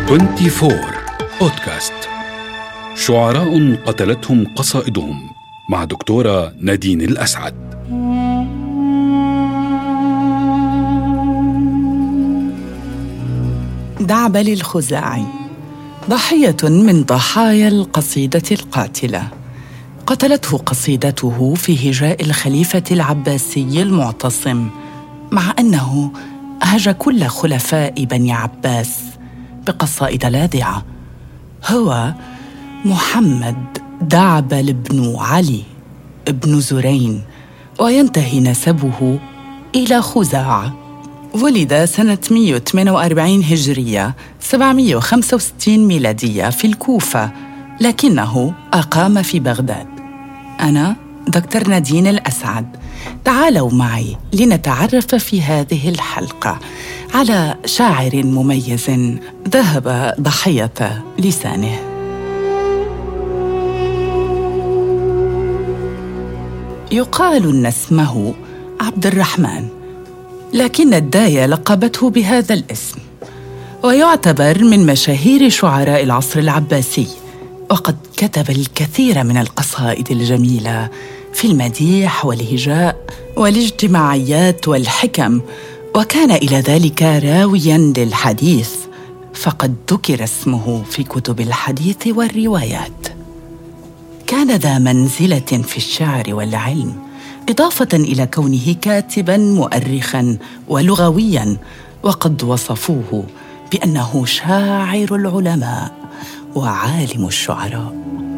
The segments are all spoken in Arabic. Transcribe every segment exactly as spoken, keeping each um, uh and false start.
أربعة وعشرين بودكاست. شعراء قتلتهم قصائدهم مع دكتورة نادين الأسعد. دعبل الخزاعي ضحية من ضحايا القصيدة القاتلة، قتلته قصيدته في هجاء الخليفة العباسي المعتصم، مع أنه هج كل خلفاء بني عباس بقصائد لاذعة. هو محمد دعبل بن علي بن زرين، وينتهي نسبه إلى خزاعة. ولد سنة مئة وثمانية وأربعين هجرية سبعمئة وخمسة وستين ميلادية في الكوفة، لكنه أقام في بغداد. أنا دكتور نادين الأسعد. تعالوا معي لنتعرف في هذه الحلقة على شاعر مميز ذهب ضحية لسانه. يقال أن اسمه عبد الرحمن، لكن الداية لقبته بهذا الاسم، ويعتبر من مشاهير شعراء العصر العباسي، وقد كتب الكثير من القصائد الجميلة في المديح والهجاء والاجتماعيات والحكم، وكان إلى ذلك راوياً للحديث، فقد ذكر اسمه في كتب الحديث والروايات. كان ذا منزلة في الشعر والعلم، إضافة إلى كونه كاتباً مؤرخاً ولغوياً، وقد وصفوه بأنه شاعر العلماء وعالم الشعراء.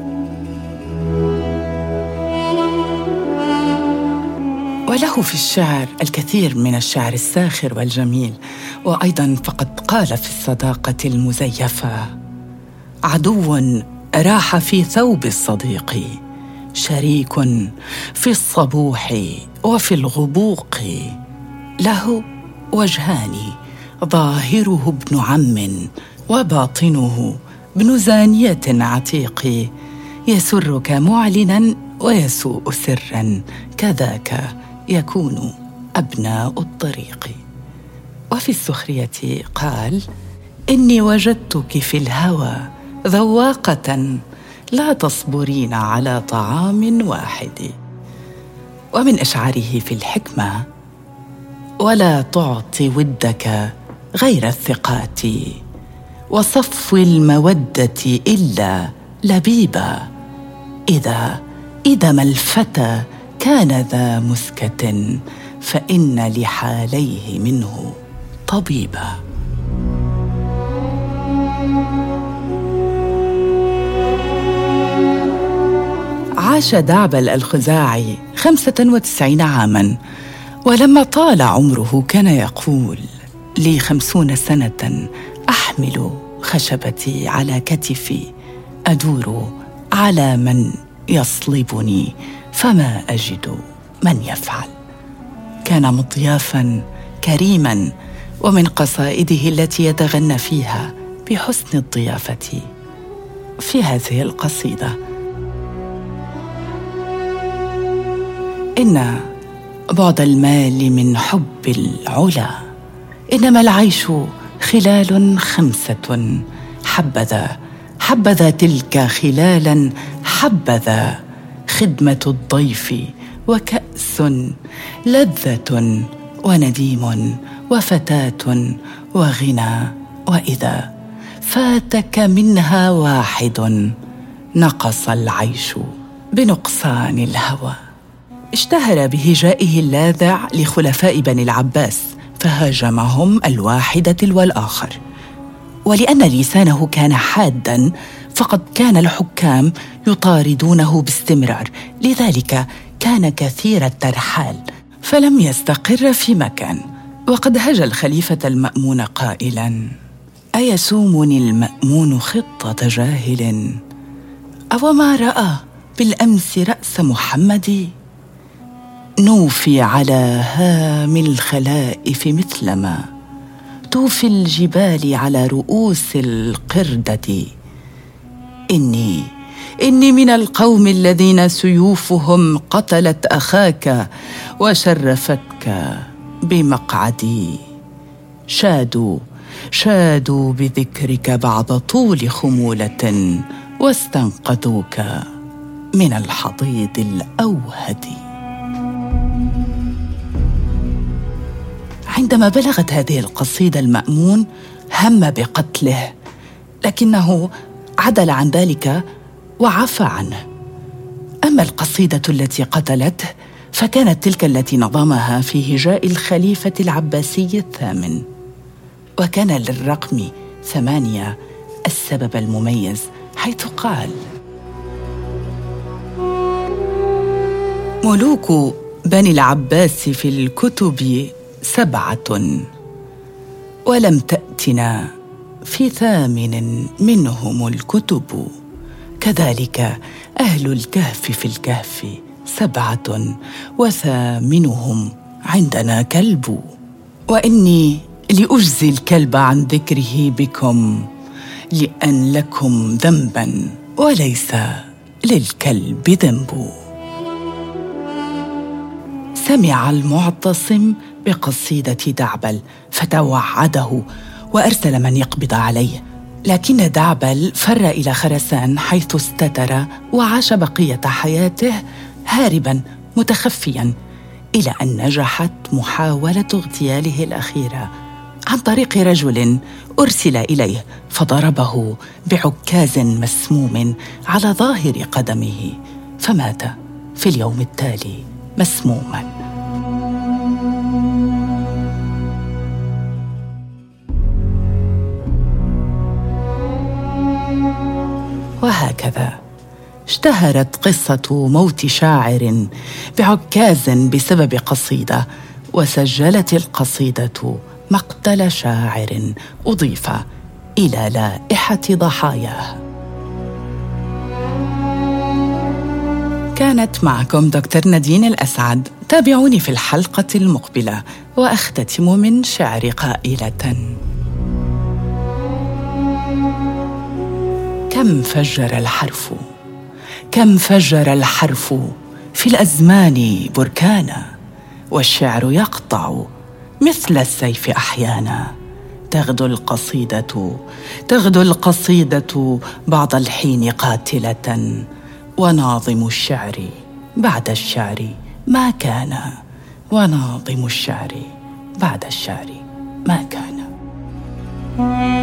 وله في الشعر الكثير من الشعر الساخر والجميل، وأيضاً فقد قال في الصداقة المزيفة: عدو راح في ثوب الصديق، شريك في الصبوح وفي الغبوق، له وجهان ظاهره ابن عم وباطنه ابن زانية عتيق، يسرك معلنا ويسوء سرا، كذاك يكون أبناء الطريق. وفي السخرية قال: إني وجدتك في الهوى ذواقة، لا تصبرين على طعام واحد. ومن أشعاره في الحكمة: ولا تعطي ودك غير الثقات، وصف المودة إلا لبيبا، إذا إذا ما الفتى كان ذا مسكة، فإن لحاليه منه طبيبا. عاش دعبل الخزاعي خمسة وتسعين عاماً، ولما طال عمره كان يقول: لي خمسون سنة أحمل خشبتي على كتفي، أدور على من يصلبني فما أجد من يفعل. كان مضيافاً كريماً، ومن قصائده التي يتغنى فيها بحسن الضيافة في هذه القصيدة: إن بعد المال من حب العلا، إنما العيش خلال خمسة، حبذا حبذا تلك خلالا، حبذا خدمة الضيف وكأس، لذة ونديم وفتاة وغنى، وإذا فاتك منها واحد، نقص العيش بنقصان الهوى. اشتهر بهجائه اللاذع لخلفاء بني العباس، فهاجمهم الواحدة والآخر. ولأن لسانه كان حاداً، فقد كان الحكام يطاردونه باستمرار، لذلك كان كثير الترحال، فلم يستقر في مكان. وقد هجا الخليفة المأمون قائلاً: أيسومني المأمون خطة جاهل، أو ما رأى بالأمس رأس محمد، نوفي على هام الخلائف مثلما توفي الجبال على رؤوس القردة. إني إني من القوم الذين سيوفهم قتلت أخاك وشرفتك بمقعدي، شادوا شادوا بذكرك بعد طول خمولة واستنقذوك من الحضيض الأوهد. عندما بلغت هذه القصيدة المأمون هم بقتله، لكنه عدل عن ذلك وعفى عنه. أما القصيدة التي قتلته فكانت تلك التي نظمها في هجاء الخليفة العباسي الثامن، وكان للرقم ثمانية السبب المميز، حيث قال: ملوك بني العباس في الكتب سبعة، ولم تأتنا في ثامن منهم الكتب، كذلك أهل الكهف في الكهف سبعة، وثامنهم عندنا كلب، وإني لأجزي الكلب عن ذكره بكم، لأن لكم ذنبا وليس للكلب ذنب. سمع المعتصم بقصيدة دعبل فتوعده وأرسل من يقبض عليه، لكن دعبل فر إلى خراسان حيث استتر وعاش بقية حياته هاربا متخفيا، إلى أن نجحت محاولة اغتياله الأخيرة عن طريق رجل أرسل إليه فضربه بعكاز مسموم على ظاهر قدمه، فمات في اليوم التالي مسموما. وهكذا اشتهرت قصة موت شاعر بعكاز بسبب قصيدة، وسجلت القصيدة مقتل شاعر أضيف إلى لائحة ضحاياه. كانت معكم دكتور نادين الأسعد. تابعوني في الحلقة المقبلة، وأختتم من شعر قائلة: كم فجر الحرف، كم فجر الحرف في الأزمان بركانا، والشعر يقطع مثل السيف أحيانا. تغدو القصيدة تغدو القصيدة بعض الحين قاتلة، وناظم الشعر بعد الشعر ما كان، وناظم الشعر بعد الشعر ما كان.